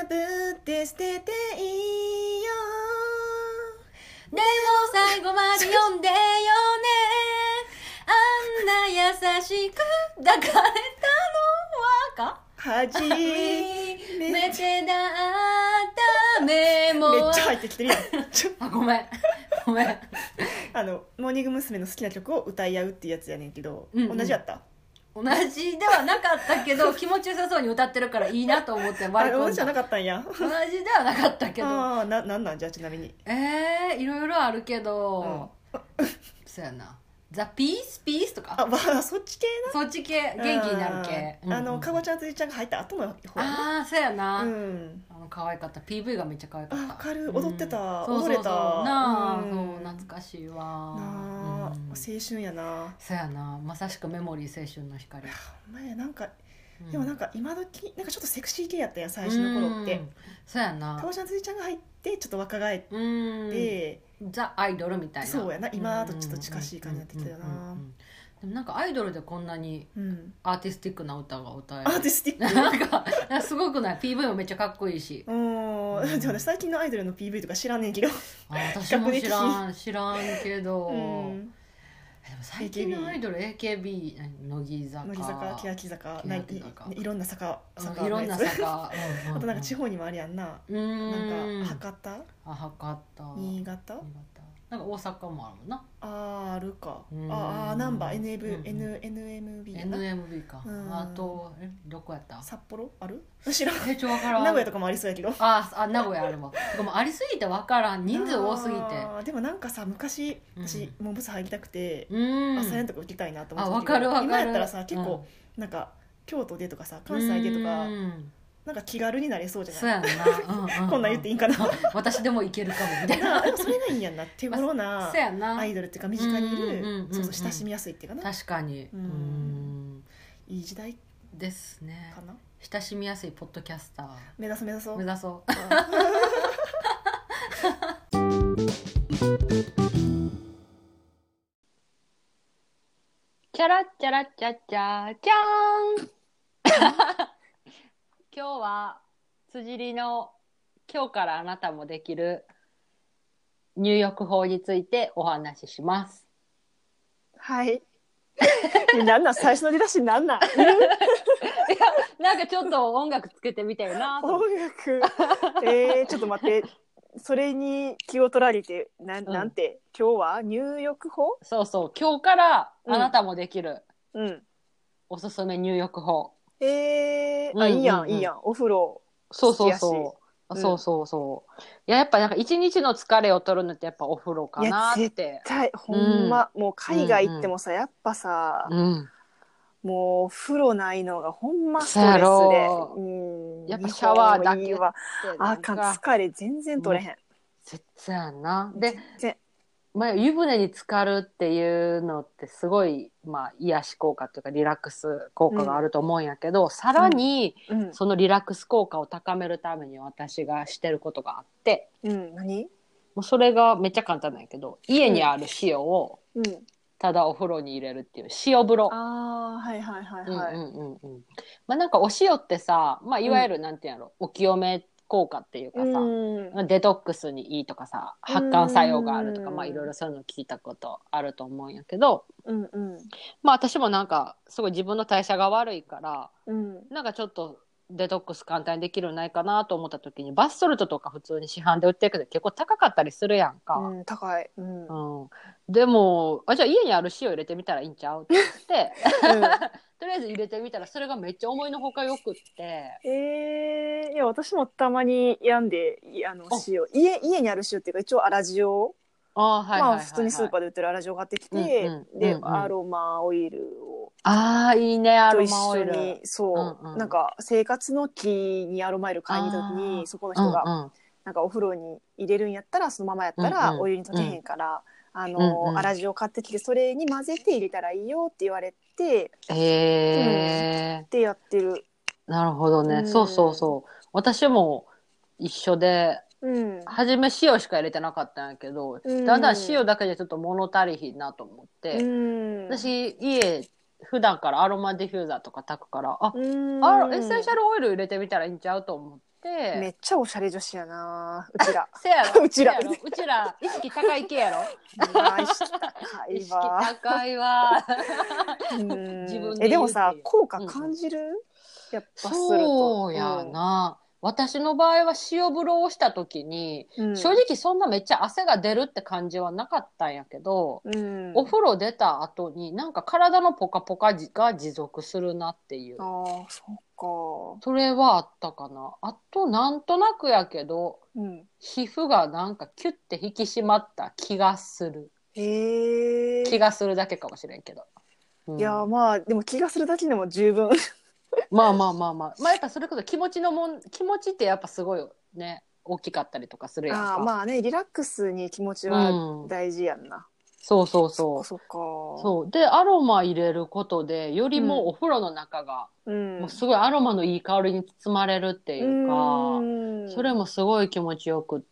破って捨てていいよ。 でも最後まで読んでよね。あんな優しく抱かれたのはか初めてだったメモめっちゃ入ってきてるやんあ、ごめんモーニング娘。の好きな曲を歌い合うっていうやつやねんけど、 うんうん同じやった？ 同じではなかったけど気持ちよさそうに歌ってるからいいなと思って割り込んだ。 同じじゃなかったんや。 同じではなかったけどああ、なんじゃあちなみに。 いろいろあるけど、そうやなザ・ピースとかそっち系な。 そっち系元気になる系。 かごちゃんとゆうちゃんが入った後の方やな。 ああそうやな、 うん可愛かった。 PV がめっちゃ可愛かった。 わかる、踊ってた、 そうそうそう踊れたなあ、 うんそう懐かしいわなあ、青春やな。 そうやな、まさしくメモリー青春の光。 お前なんか、でもなんか今時なんかちょっとセクシー系やったやん最初の頃って。 そうやな、 かごちゃんとゆうちゃんが入ってちょっと若返ってザ・アイドルみたいな。 そうやな、今とちょっと近しい感じになってきたよな。 でもなんかアイドルでこんなにアーティスティックな歌が歌える、 アーティスティックなんかすごくない？ PV もめっちゃかっこいいし。 でもね、最近のアイドルの PV とか知らんねんけど。 私も知らんけど、でも最近のアイドル AKB 乃木坂欅坂いろんな坂いろんな坂あとなんか地方にもあるやんな。なんか博多、新潟なんか大阪もあるもんな。 あるか。難波 NMB やな。 NMB か。あとどこやった？ 札幌ある？知らん。 分からん。 名古屋とかもありそうやけど。 名古屋あるわ。でもありすぎて分からん、人数多すぎて。 でもなんかさ、昔私モーブス入りたくて朝練とか受けたいなと思ってたけど、 今やったらさ結構なんか京都でとかさ関西でとかなんか気軽になれそうじゃない？ そうやんな。 こんなん言っていいんかな。 私でもいけるかもみたいな。 でもそれがいいんやんな。手頃なアイドルっていうか身近にいる、そう親しみやすいっていうかな。 確かにいい時代ですねかな。 親しみやすいポッドキャスター目指そう目指そう。チャラッチャラッチャッチャチャーン。今日は辻りの今日からあなたもできる入浴法についてお話しします。 はい。なん最初の出だしなんいやなんかちょっと音楽つけてみたいなと。 音楽ちょっと待って、それに気を取られてなんて、今日は入浴法？ そう今日からあなたもできる、おすすめ入浴法。 いいやんお風呂好きやし。 そうやっぱなんか一日の疲れを取るのってやっぱお風呂かなって。 絶対ほんま、もう海外行ってもさ、やっぱさ、もう風呂ないのがほんまストレスで、 やっぱシャワーだけは疲れ全然取れへん。 絶対やんな。で湯船に浸かるっていうのってすごい、癒し効果というかリラックス効果があると思うんやけど、さらに、そのリラックス効果を高めるために私がしてることがあって、 何？ もうそれがめっちゃ簡単なんやけど、家にある塩をただお風呂に入れるっていう塩風呂。なんかお塩ってさ、いわゆるなんていうんやろ、お清め効果っていうかさ、デトックスにいいとかさ、発汗作用があるとか、いろいろそういうの聞いたことあると思うんやけど、私もなんかすごい自分の代謝が悪いから、なんかちょっとデトックス簡単にできるんないかなと思った時に、バスソルトとか普通に市販で売ってるけど結構高かったりするやんか。 高い。 でもじゃあ家にある塩入れてみたらいいんちゃうって言って、とりあえず入れてみたらそれがめっちゃ思いのほかよくって。 いや私もたまにやんで塩家にある塩っていうか一応粗塩を普通にスーパーで売ってる粗塩買ってきて、でアロマオイルをいいね、アと一ロマオイル。 緒になんか生活の木にアロマオイル買いに行った時にそこの人がなんかお風呂に入れるんやったらそのままやったらお湯に溶けへんから、粗塩買ってきてそれに混ぜて入れたらいいよって言われて、ってやってる。 なるほどね、そう私も一緒で、初め塩しか入れてなかったんやけど、だんだん塩だけでちょっと物足りひんなと思って、私家普段からアロマディフューザーとか炊くから、エッセンシャルオイル入れてみたらいいんちゃうと思って。 めっちゃおしゃれ女子やな、うちら。 せやろうちら意識高い系やろ。 意識高いわ。 意識高いわ。 自分でもさ、効果感じる？やっぱすると。 そうやな。私の場合は塩風呂をした時に、正直そんなめっちゃ汗が出るって感じはなかったんやけど、お風呂出た後になんか体のポカポカが持続するなっていう。 ああ、そっか。 それはあったかな。あとなんとなくやけど、皮膚がなんかキュッて引き締まった気がする。気がするだけかもしれんけど。 いやまあでも気がするだけでも十分。 まあやっぱそれこそ気持ちってやっぱすごいね大きかったりとかするやんか。 まあね、リラックスに気持ちは大事やんな。 そうそっか。 そうでアロマ入れることでよりもお風呂の中が、もうすごいアロマのいい香りに包まれるっていうか、それもすごい気持ちよくって。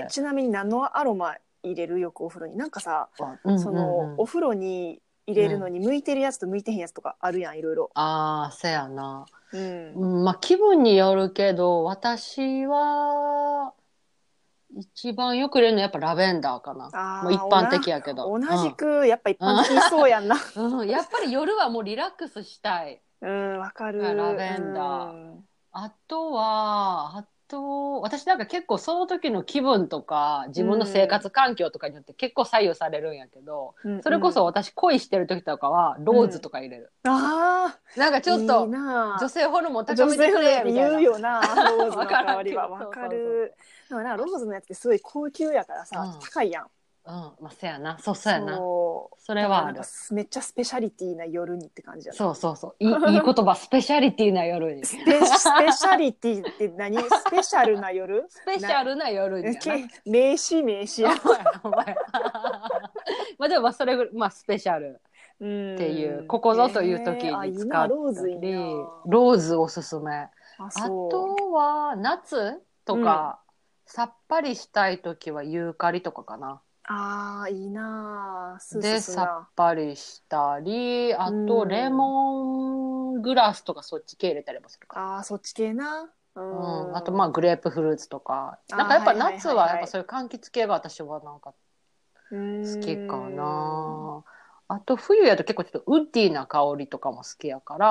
ちなみに何のアロマ入れる？よくお風呂になんかさ、そのお風呂に入れるのに向いてるやつと向いてへんやつとかあるやん、いろいろ。 せやな。まあ気分によるけど、私は一番よく入れるのはやっぱラベンダーかな。もう一般的やけど。 同じくやっぱ一般的にそうやんな。 やっぱり夜はもうリラックスしたい。 わかる。 ラベンダー。あと私なんか結構その時の気分とか自分の生活環境とかによって結構左右されるんやけど、それこそ私恋してる時とかはローズとか入れる。なんかちょっと女性ホルモン高めてくれみたいな。 言うよな、ローズの香りは。わかる。でもな、ローズのやつってすごい高級やからさ、高いやん。 まあ、そうやな。そうやな。それはある。 めっちゃスペシャリティな夜にって感じやな。 そう。いい言葉、スペシャリティな夜に。 スペシャリティって何？スペシャルな夜？ スペシャルな夜に。 名詞や。 まあでもそれぐらい、まあスペシャルっていう、ここぞという時に使ったり、ローズおすすめ。あとは夏とか、さっぱりしたい時はユーカリとかかな。 いいなぁ。 でさっぱりしたり、あとレモングラスとかそっち系入れたりもするか。 そっち系な。 あとまあグレープフルーツとか、なんかやっぱ夏はやっぱそういう柑橘系が私はなんか好きかな。あと冬やと結構ちょっとウッディな香りとかも好きやから、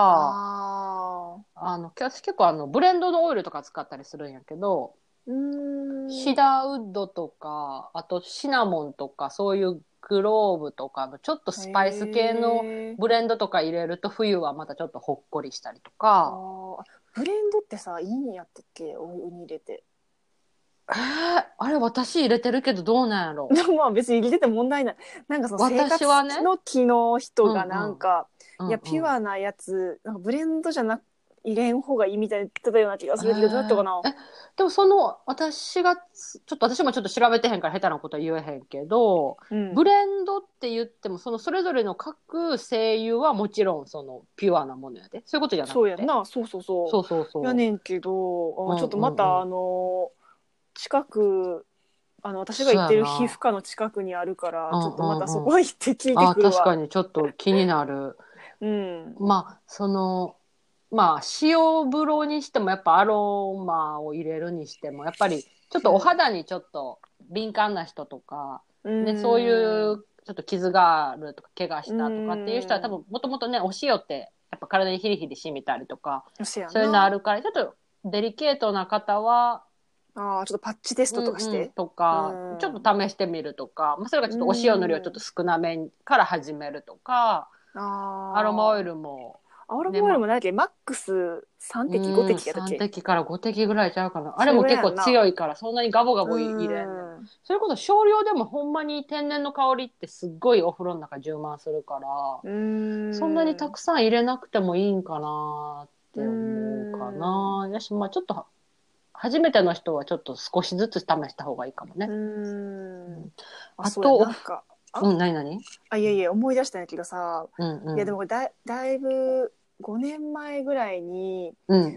私結構ブレンドのオイルとか使ったりするんやけど、シダーウッドとか、あとシナモンとか、そういうクローブとかのちょっとスパイス系のブレンドとか入れると冬はまたちょっとほっこりしたりとか。 ブレンドってさ、いいんやったっけ？お湯に入れて。 あれ私入れてるけどどうなんやろ。 まあ別に入れてて問題ない。なんかその生活の気の人がなんか、いやピュアなやつ、なんかブレンドじゃなく入れん方がいいみたいに言ってたような気がするけど、どうやったかな。 でも私もちょっと調べてへんから下手なことは言えへんけど、ブレンドって言ってもそれぞれの各精油はもちろんそのピュアなものやで、そういうことじゃなくて。 そうやな、そうやねんけど、ちょっとまた近く私が行ってる皮膚科の近くにあるから、ちょっとまたそこ行って聞いてくるわ。 確かにちょっと気になる。まあ塩風呂にしてもやっぱアロマを入れるにしてもやっぱりちょっとお肌にちょっと敏感な人とか、そういうちょっと傷があるとか怪我したとかっていう人は多分もともとねお塩ってやっぱ体にヒリヒリ染みたりとかそういうのあるから、ちょっとデリケートな方はちょっとパッチテストとかして、 とかちょっと試してみるとか、それがちょっとお塩の量ちょっと少なめから始めるとか、アロマオイルも何だっけ、マックス3滴5滴やったっけ。 3滴から5滴ぐらいちゃうかな。あれも結構強いからそんなにガボガボ入れんねん。それこそ少量でもほんまに天然の香りってすっごいお風呂の中充満するから、そんなにたくさん入れなくてもいいんかなって思うかな。よし、まあちょっと初めての人はちょっと少しずつ試した方がいいかもね。あと、何？ いやいや、思い出したんやけどさ、いやでもだいぶ5年前ぐらいに、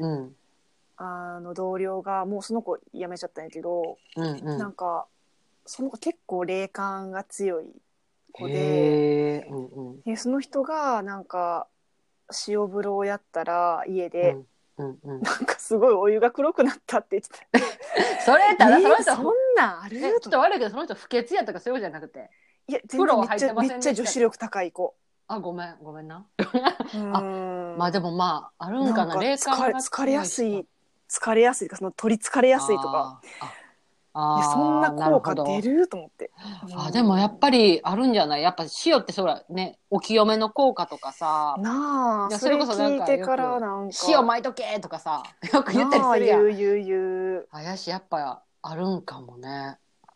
同僚がもうその子辞めちゃったんやけど、なんかその子結構霊感が強い子で、 へー、うんうん、 でその人がなんか塩風呂をやったら家で、 うんうんうん、 なんかすごいお湯が黒くなったって言ってた。 それただその人、 そんなんある？ ちょっと悪いけどその人不潔やとかそういうことじゃなくて、 いや全風呂然は入ってまめっちゃせんでした。 女子力高い子。 あ、ごめんごめんな。まあまでもまああるんかな、 なんか霊感が疲れ強い人。 やすい、疲れやすいとか、その取り疲れやすいとか、いやそんななる効果出ほど。 ると思って。 でもやっぱりあるんじゃない？やっぱ塩ってそらね、お清めの効果とかさ、 なあ、 いやそれそれこそなんか聞いてからよくなんか、 塩巻いとけとかさ、よく言ったりなあ、 するやん。 言う。 怪しい、やっぱあるんかもね。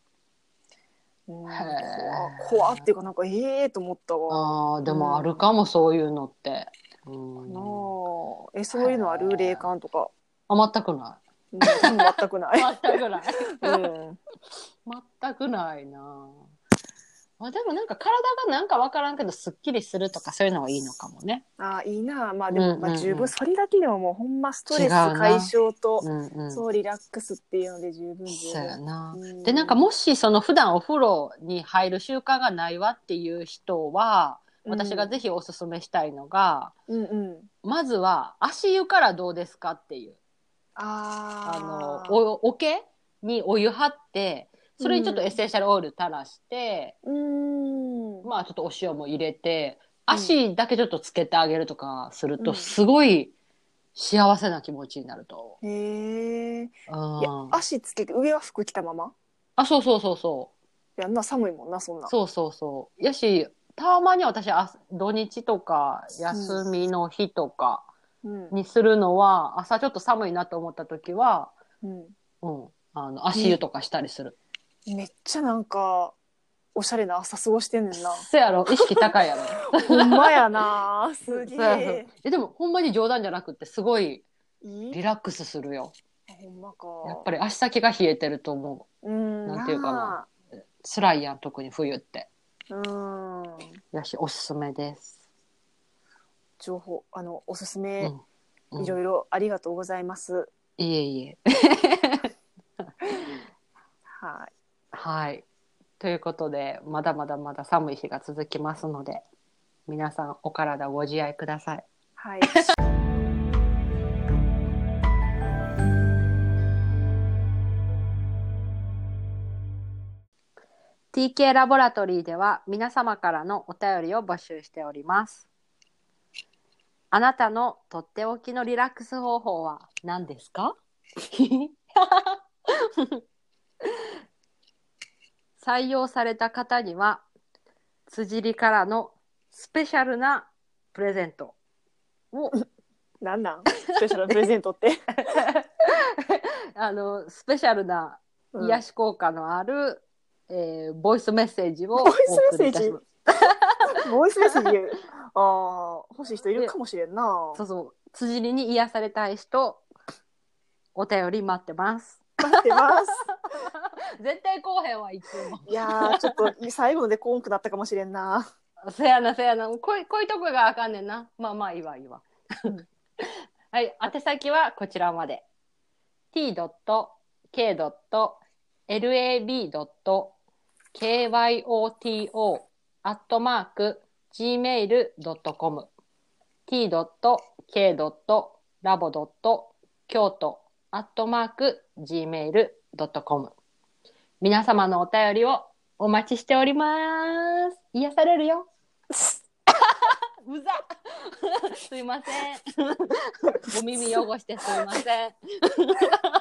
へ怖っていうか、 え。 なんかと思ったわ。 でもあるかも、そういうのって。 かうん。 なあ。そういうのある？霊へえ。 感とか。 全くない。 私も全くない。 全くない。 うん。 全くないな。でもなんか体がなんか分からんけどすっきりするとかそういうのはいいのかもね。 ああ、いいな。まあでも、 うんうんうん、 十分、それだけでももうほんまスト違レス解うな。 消と、 うんうん。 そう、リラックスっていうので十分十そうや分。 な。 うでなんかん。 もしその普段お風呂に入る習慣がないわっていう人は、私がぜひおすすめしたいのが、 うんうん。 まずは足湯からどうですかっていう。 ああ。 桶にお湯張って、それにちょっとエッセンシャルオイル垂らして、 うん。 まあちょっとお塩も入れて、 うん。 足だけちょっとつけてあげるとかすると、 うん。 すごい幸せな気持ちになると。 へえ。 ういや、 ん。 足つけて上は服着たままあ、そうそうそうそう。 やんな、寒いもんな、そんな。 そうそうそう。やし、たまに私、土日とかうん。 休みの日とかうん。 にするのは、朝ちょっと寒いなと思った時は、 うん。 うん、足湯とかしたりする。 めっちゃなんか、おしゃれな朝過ごしてんねんな。 せやろ、意識高いやろ。 ほんまやな。すげそうやろ。 え。 でも、ほんまに冗談じゃなくって、すごいいい？ リラックスするよ。 ほんまか。 やっぱり足先が冷えてると思うん、 う。なんていうかな。 な辛いやん、特に冬って。 あ。うん。 やし、おすすめです。 情報、おすすめ、 うん。うん。 いろいろありがとうございます。 いえいえ。 はい。 はい。ということで、まだまだまだ寒い日が続きますので、皆さんお体ご自愛ください。 はい。 TK ラボラトリーでは皆様からのお便りを募集しております。あなたのとっておきのリラックス方法は何ですか？採用された方には辻りからのスペシャルなプレゼントをなんなんスペシャルプレゼントって。 スペシャルな癒し効果のある、ボイスメッセージをおボイス送りいたしメッセージます。 ボイスメッセージ欲しい人いるかもしれんな。 そうそう、辻りに癒されたい人、お便り待ってます。 待ってます。 絶対こうへんわ、いつも。 いやー、ちょっと最後のでコーンくなったかもしれんな。 せやなせやな、こういうとこがあかんねんな。まあまあいいわいいわ。はい、宛先はこちらまで。t.k.lab.kyoto@gmail.com t.k.labo.kyoto@gmail.com 皆様のお便りをお待ちしております。癒されるよ。うざすいません。お耳汚してすいません。